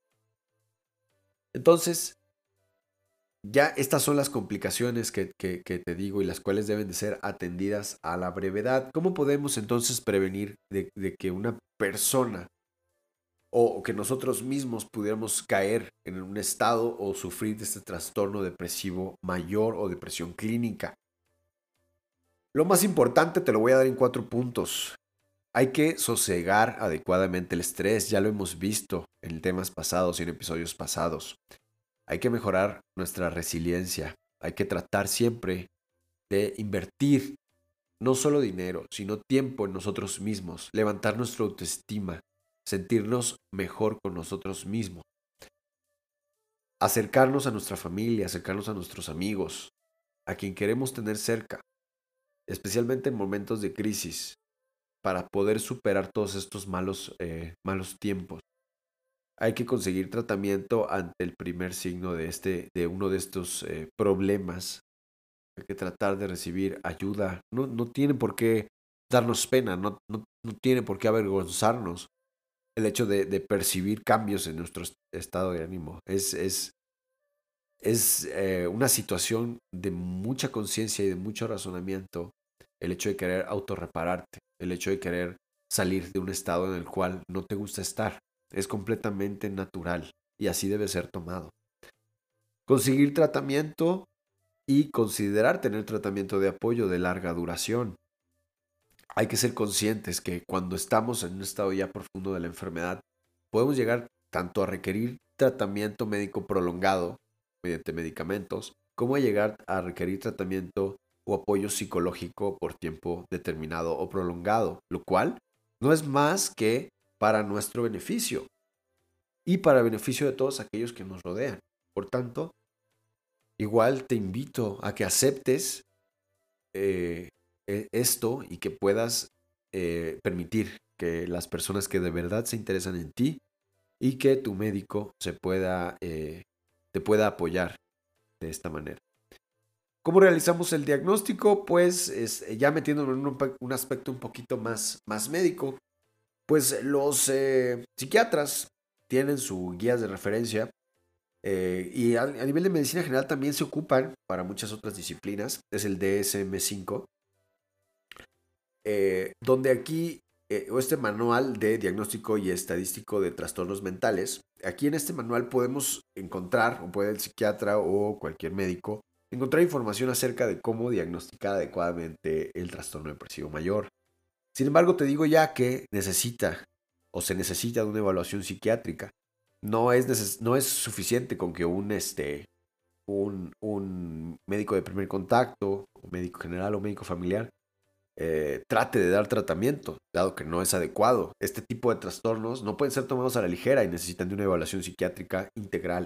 Entonces, ya estas son las complicaciones que te digo y las cuales deben de ser atendidas a la brevedad. ¿Cómo podemos entonces prevenir de que una persona o que nosotros mismos pudiéramos caer en un estado o sufrir de este trastorno depresivo mayor o depresión clínica. Lo más importante te lo voy a dar en 4 puntos. Hay que sosegar adecuadamente el estrés, ya lo hemos visto en temas pasados y en episodios pasados. Hay que mejorar nuestra resiliencia, hay que tratar siempre de invertir no solo dinero, sino tiempo en nosotros mismos, levantar nuestra autoestima, sentirnos mejor con nosotros mismos, acercarnos a nuestra familia, acercarnos a nuestros amigos, a quien queremos tener cerca, especialmente en momentos de crisis, para poder superar todos estos malos tiempos. Hay que conseguir tratamiento ante el primer signo de uno de estos problemas. Hay que tratar de recibir ayuda. No tiene por qué darnos pena, no tiene por qué avergonzarnos el hecho de percibir cambios en nuestro estado de ánimo. Es una situación de mucha conciencia y de mucho razonamiento el hecho de querer autorrepararte, el hecho de querer salir de un estado en el cual no te gusta estar. Es completamente natural y así debe ser tomado. Conseguir tratamiento y considerar tener tratamiento de apoyo de larga duración. Hay que ser conscientes que cuando estamos en un estado ya profundo de la enfermedad, podemos llegar tanto a requerir tratamiento médico prolongado mediante medicamentos, como a llegar a requerir tratamiento o apoyo psicológico por tiempo determinado o prolongado, lo cual no es más que para nuestro beneficio y para el beneficio de todos aquellos que nos rodean. Por tanto, igual te invito a que aceptes esto y que puedas permitir que las personas que de verdad se interesan en ti y que tu médico te pueda apoyar de esta manera. ¿Cómo realizamos el diagnóstico? Pues ya metiéndonos en un aspecto un poquito más médico, pues los psiquiatras tienen sus guías de referencia y a nivel de medicina general también se ocupan para muchas otras disciplinas. Es el DSM-5, donde aquí, o este manual de diagnóstico y estadístico de trastornos mentales, aquí en este manual podemos encontrar, o puede el psiquiatra o cualquier médico, encontrar información acerca de cómo diagnosticar adecuadamente el trastorno depresivo mayor. Sin embargo, te digo ya que necesita o se necesita de una evaluación psiquiátrica. No es suficiente con que un médico de primer contacto, o médico general o médico familiar, trate de dar tratamiento, dado que no es adecuado. Este tipo de trastornos no pueden ser tomados a la ligera y necesitan de una evaluación psiquiátrica integral.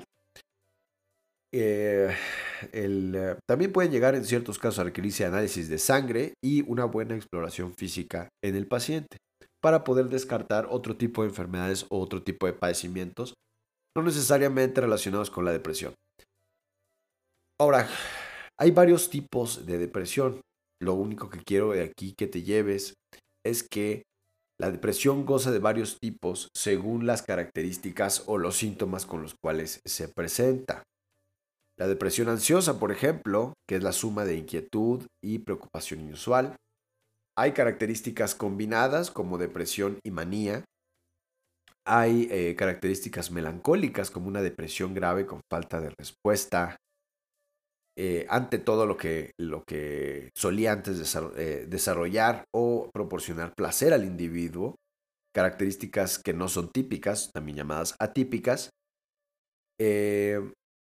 Eh, también pueden llegar en ciertos casos a requerirse análisis de sangre y una buena exploración física en el paciente para poder descartar otro tipo de enfermedades o otro tipo de padecimientos no necesariamente relacionados con la depresión. Ahora, hay varios tipos de depresión. Lo único que quiero de aquí que te lleves es que la depresión goza de varios tipos según las características o los síntomas con los cuales se presenta. La depresión ansiosa, por ejemplo, que es la suma de inquietud y preocupación inusual. Hay características combinadas como depresión y manía. Hay características melancólicas como una depresión grave con falta de respuesta ante todo lo que solía antes desarrollar o proporcionar placer al individuo. Características que no son típicas, también llamadas atípicas. Eh,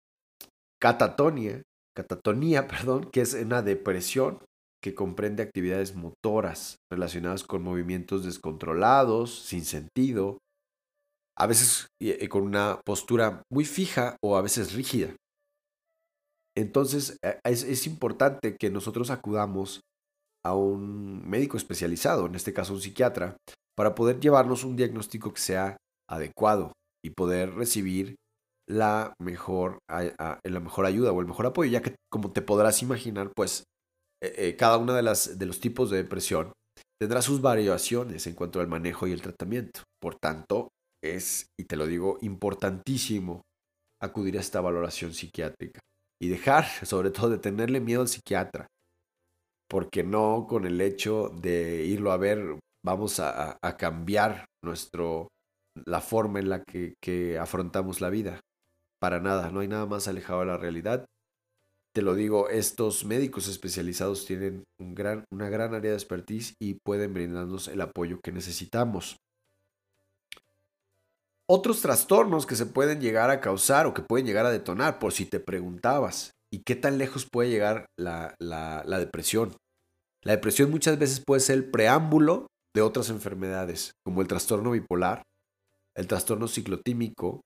Catatonía, perdón, que es una depresión que comprende actividades motoras relacionadas con movimientos descontrolados, sin sentido, a veces con una postura muy fija o a veces rígida. Entonces es importante que nosotros acudamos a un médico especializado, en este caso un psiquiatra, para poder llevarnos un diagnóstico que sea adecuado y poder recibir la mejor ayuda o el mejor apoyo, ya que como te podrás imaginar, pues cada una de los tipos de depresión tendrá sus variaciones en cuanto al manejo y el tratamiento. Por tanto, y te lo digo, importantísimo acudir a esta valoración psiquiátrica y dejar, sobre todo, de tenerle miedo al psiquiatra, porque no con el hecho de irlo a ver vamos a cambiar la forma en la que afrontamos la vida. Para nada, no hay nada más alejado de la realidad. Te lo digo, estos médicos especializados tienen una gran área de expertise y pueden brindarnos el apoyo que necesitamos. Otros trastornos que se pueden llegar a causar o que pueden llegar a detonar, por si te preguntabas, ¿y qué tan lejos puede llegar la depresión? La depresión muchas veces puede ser el preámbulo de otras enfermedades, como el trastorno bipolar, el trastorno ciclotímico,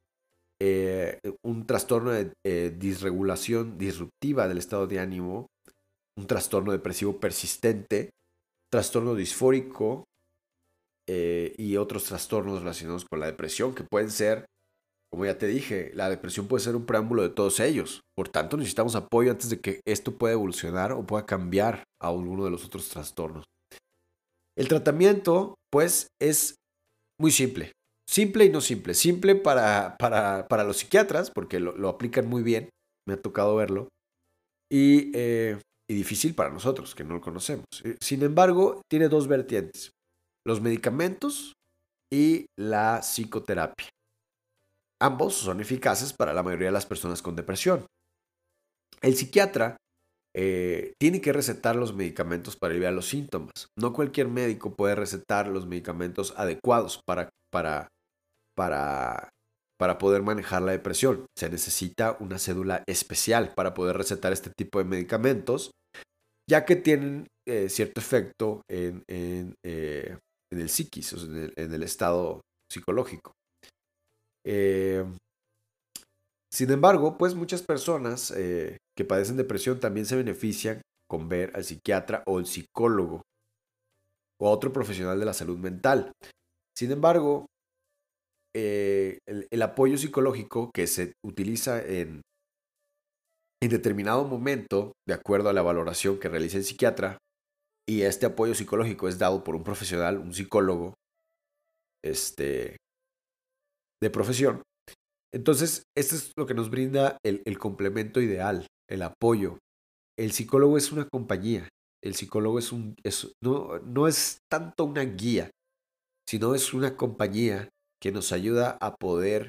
un trastorno de disregulación disruptiva del estado de ánimo, un trastorno depresivo persistente, trastorno disfórico y otros trastornos relacionados con la depresión, que pueden ser, como ya te dije, la depresión puede ser un preámbulo de todos ellos. Por tanto, necesitamos apoyo antes de que esto pueda evolucionar o pueda cambiar a alguno de los otros trastornos. El tratamiento, pues, es muy simple. Simple y no simple. Simple para los psiquiatras, porque lo aplican muy bien. Me ha tocado verlo. Y difícil para nosotros, que no lo conocemos. Sin embargo, tiene dos vertientes. Los medicamentos y la psicoterapia. Ambos son eficaces para la mayoría de las personas con depresión. El psiquiatra tiene que recetar los medicamentos para aliviar los síntomas. No cualquier médico puede recetar los medicamentos adecuados para, para poder manejar la depresión. Se necesita una cédula especial para poder recetar este tipo de medicamentos, ya que tienen cierto efecto en el psiquis, o sea, en el estado psicológico. Eh, Sin embargo, pues muchas personas que padecen depresión también se benefician con ver al psiquiatra o el psicólogo o a otro profesional de la salud mental. Sin embargo, el apoyo psicológico que se utiliza en determinado momento, de acuerdo a la valoración que realiza el psiquiatra, y este apoyo psicológico es dado por un profesional, un psicólogo este, de profesión. Entonces, esto es lo que nos brinda el complemento ideal, el apoyo. El psicólogo es una compañía. El psicólogo no es tanto una guía, sino es una compañía que nos ayuda a poder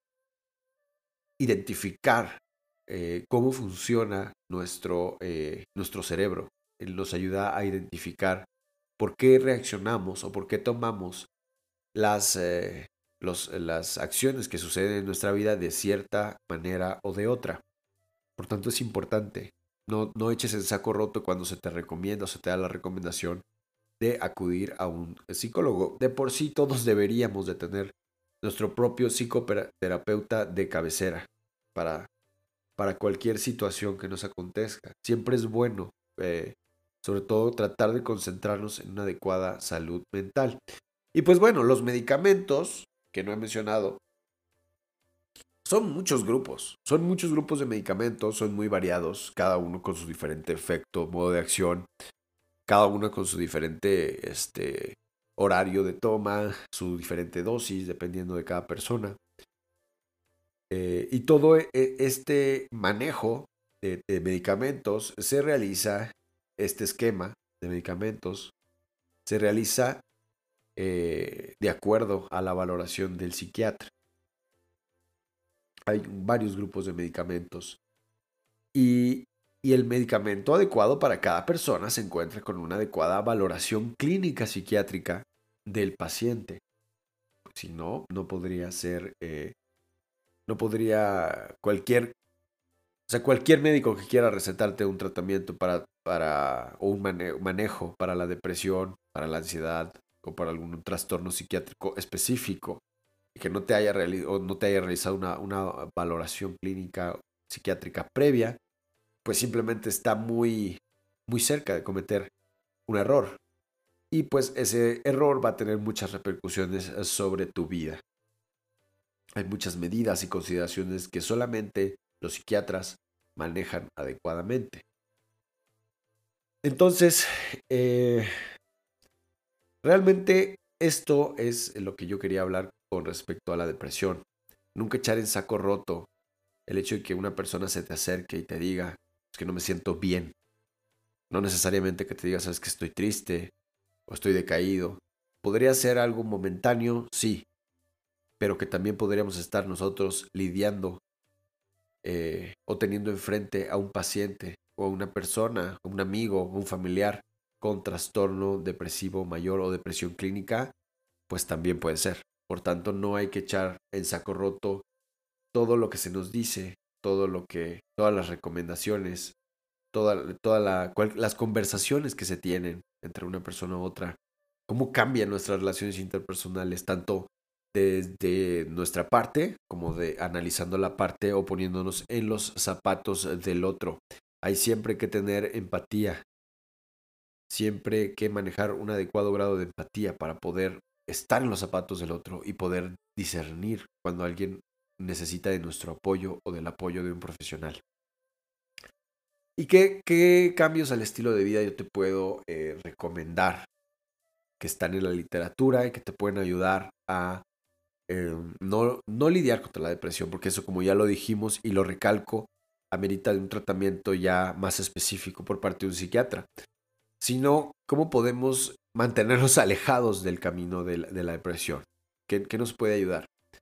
identificar cómo funciona nuestro cerebro. Él nos ayuda a identificar por qué reaccionamos o por qué tomamos las, las acciones que suceden en nuestra vida de cierta manera o de otra. Por tanto, es importante. No eches el saco roto cuando se te recomienda o se te da la recomendación de acudir a un psicólogo. De por sí, todos deberíamos de tener nuestro propio psicoterapeuta de cabecera para, para cualquier situación que nos acontezca. Siempre es bueno, sobre todo, tratar de concentrarnos en una adecuada salud mental. Y pues bueno, los medicamentos que no he mencionado son muchos grupos de medicamentos, son muy variados, cada uno con su diferente efecto, modo de acción, cada uno con su diferente horario de toma, su diferente dosis, dependiendo de cada persona. Y todo este manejo de medicamentos se realiza, este esquema de medicamentos se realiza de acuerdo a la valoración del psiquiatra. Hay varios grupos de medicamentos y, y el medicamento adecuado para cada persona se encuentra con una adecuada valoración clínica psiquiátrica del paciente. Si no, no podría ser, no podría o sea, cualquier médico que quiera recetarte un tratamiento o un manejo para la depresión, para la ansiedad o para algún trastorno psiquiátrico específico y que no te haya realizado una valoración clínica psiquiátrica previa, pues simplemente está muy cerca de cometer un error. Y pues ese error va a tener muchas repercusiones sobre tu vida. Hay muchas medidas y consideraciones que solamente los psiquiatras manejan adecuadamente. Entonces, eh, realmente esto es lo que yo quería hablar con respecto a la depresión. Nunca echar en saco roto el hecho de que una persona se te acerque y te diga, es que no me siento bien. No necesariamente que te diga, sabes que estoy triste o estoy decaído. Podría ser algo momentáneo, sí, pero que también podríamos estar nosotros lidiando o teniendo enfrente a un paciente o a una persona, un amigo, un familiar con trastorno depresivo mayor o depresión clínica, pues también puede ser. Por tanto, no hay que echar en saco roto todo lo que se nos dice, todas las recomendaciones, las conversaciones que se tienen entre una persona u otra, cómo cambian nuestras relaciones interpersonales, tanto desde nuestra parte como de analizando la parte o poniéndonos en los zapatos del otro. Hay siempre que tener empatía, siempre que manejar un adecuado grado de empatía para poder estar en los zapatos del otro y poder discernir cuando alguien necesita de nuestro apoyo o del apoyo de un profesional. ¿Y qué cambios al estilo de vida yo te puedo recomendar que están en la literatura y que te pueden ayudar a no lidiar contra la depresión? Porque eso, como ya lo dijimos y lo recalco, amerita de un tratamiento ya más específico por parte de un psiquiatra, sino cómo podemos mantenernos alejados del camino de la depresión. ¿Qué nos puede ayudar?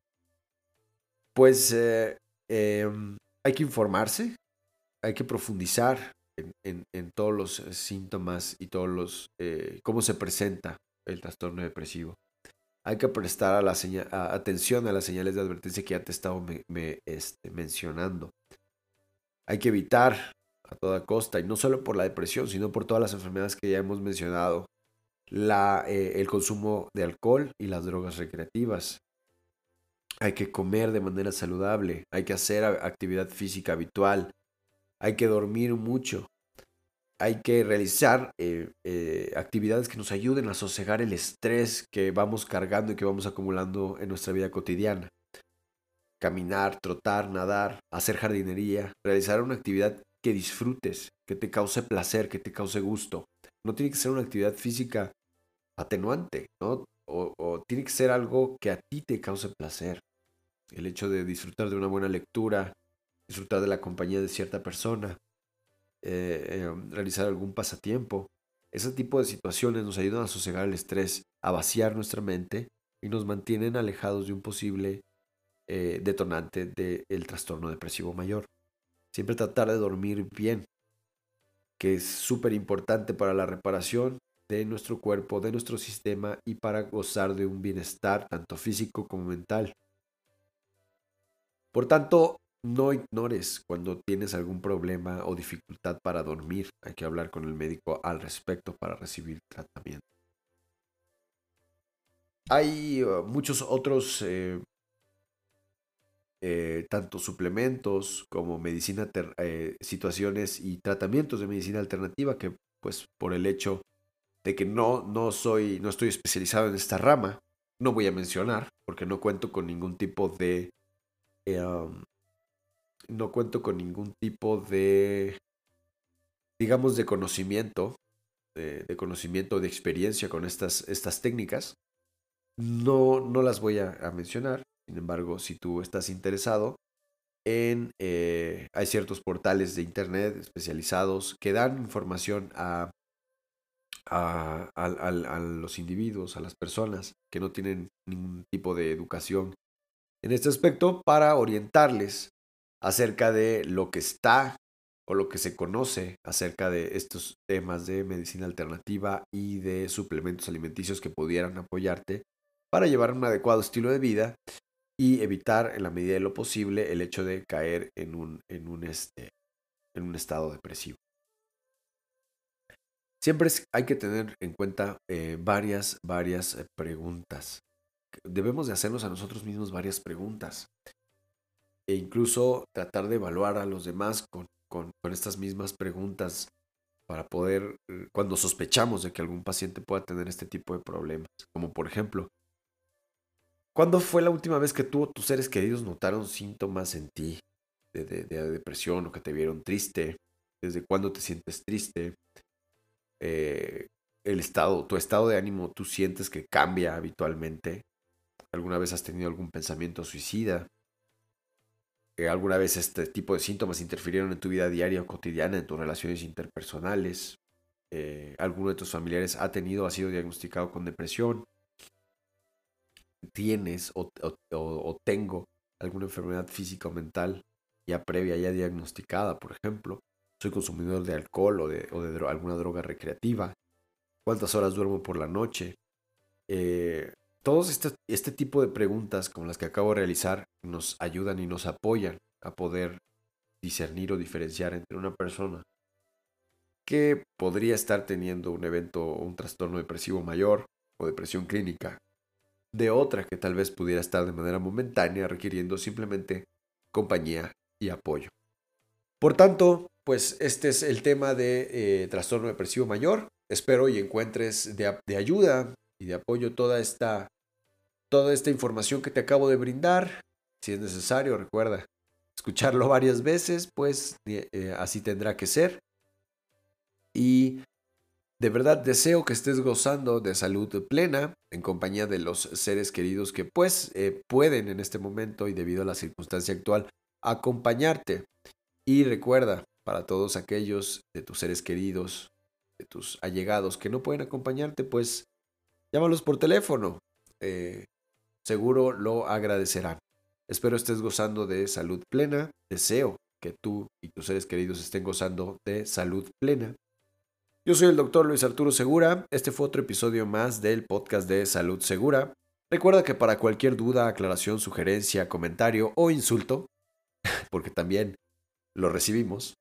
Pues hay que informarse, hay que profundizar en todos los síntomas y todos cómo se presenta el trastorno depresivo. Hay que prestar atención a las señales de advertencia que ya te he estado mencionando. Hay que evitar a toda costa, y no solo por la depresión, sino por todas las enfermedades que ya hemos mencionado, el consumo de alcohol y las drogas recreativas. Hay que comer de manera saludable, hay que hacer actividad física habitual, hay que dormir mucho, hay que realizar actividades que nos ayuden a sosegar el estrés que vamos cargando y que vamos acumulando en nuestra vida cotidiana. Caminar, trotar, nadar, hacer jardinería, realizar una actividad que disfrutes, que te cause placer, que te cause gusto. No tiene que ser una actividad física atenuante, ¿no? O tiene que ser algo que a ti te cause placer. El hecho de disfrutar de una buena lectura, disfrutar de la compañía de cierta persona, realizar algún pasatiempo. Ese tipo de situaciones nos ayudan a sosegar el estrés, a vaciar nuestra mente y nos mantienen alejados de un posible detonante del trastorno depresivo mayor. Siempre tratar de dormir bien, que es súper importante para la reparación de nuestro cuerpo, de nuestro sistema y para gozar de un bienestar tanto físico como mental. Por tanto, no ignores cuando tienes algún problema o dificultad para dormir. Hay que hablar con el médico al respecto para recibir tratamiento. Hay muchos otros, tanto suplementos como situaciones y tratamientos de medicina alternativa que, pues, por el hecho de que no estoy especializado en esta rama, no voy a mencionar porque eh, um, no cuento con ningún tipo de, digamos, de conocimiento, de experiencia con estas técnicas. No las voy a mencionar. Sin embargo, si tú estás interesado hay ciertos portales de internet especializados que dan información a los individuos, a las personas que no tienen ningún tipo de educación en este aspecto para orientarles acerca de lo que está o lo que se conoce acerca de estos temas de medicina alternativa y de suplementos alimenticios que pudieran apoyarte para llevar un adecuado estilo de vida y evitar en la medida de lo posible el hecho de caer en un estado depresivo. Siempre hay que tener en cuenta varias preguntas. Debemos de hacernos a nosotros mismos varias preguntas e incluso tratar de evaluar a los demás con estas mismas preguntas para poder, cuando sospechamos de que algún paciente pueda tener este tipo de problemas. Como por ejemplo, ¿cuándo fue la última vez que tú o tus seres queridos notaron síntomas en ti de depresión o que te vieron triste? ¿Desde cuándo te sientes triste? Eh, tu estado de ánimo, ¿tú sientes que cambia habitualmente? ¿Alguna vez has tenido algún pensamiento suicida? ¿Alguna vez este tipo de síntomas interfirieron en tu vida diaria o cotidiana, en tus relaciones interpersonales? ¿Alguno de tus familiares ha sido diagnosticado con depresión? tienes o tengo alguna enfermedad física o mental ya previa, ya diagnosticada, por ejemplo, soy consumidor de alcohol o de alguna droga recreativa, cuántas horas duermo por la noche. Eh, Todos este tipo de preguntas como las que acabo de realizar nos ayudan y nos apoyan a poder discernir o diferenciar entre una persona que podría estar teniendo un evento o un trastorno depresivo mayor o depresión clínica, de otra que tal vez pudiera estar de manera momentánea requiriendo simplemente compañía y apoyo. Por tanto, pues este es el tema de trastorno depresivo mayor. Espero y encuentres de ayuda y de apoyo toda esta información que te acabo de brindar. Si es necesario, recuerda escucharlo varias veces, pues así tendrá que ser. Y de verdad deseo que estés gozando de salud plena en compañía de los seres queridos que pues pueden en este momento y debido a la circunstancia actual acompañarte. Y recuerda, para todos aquellos de tus seres queridos, de tus allegados que no pueden acompañarte, pues llámalos por teléfono. Eh, Seguro lo agradecerán. Espero estés gozando de salud plena. Deseo que tú y tus seres queridos estén gozando de salud plena. Yo soy el doctor Luis Arturo Segura. Este fue otro episodio más del podcast de Salud Segura. Recuerda que para cualquier duda, aclaración, sugerencia, comentario o insulto, porque también lo recibimos,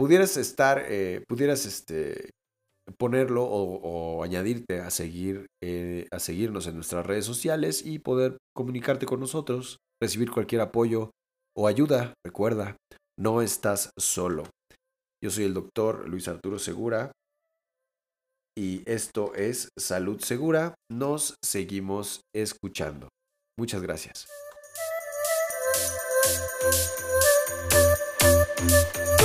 pudieras ponerlo o añadirte a seguirnos en nuestras redes sociales y poder comunicarte con nosotros, recibir cualquier apoyo o ayuda. Recuerda, no estás solo. Yo soy el doctor Luis Arturo Segura y esto es Salud Segura. Nos seguimos escuchando. Muchas gracias.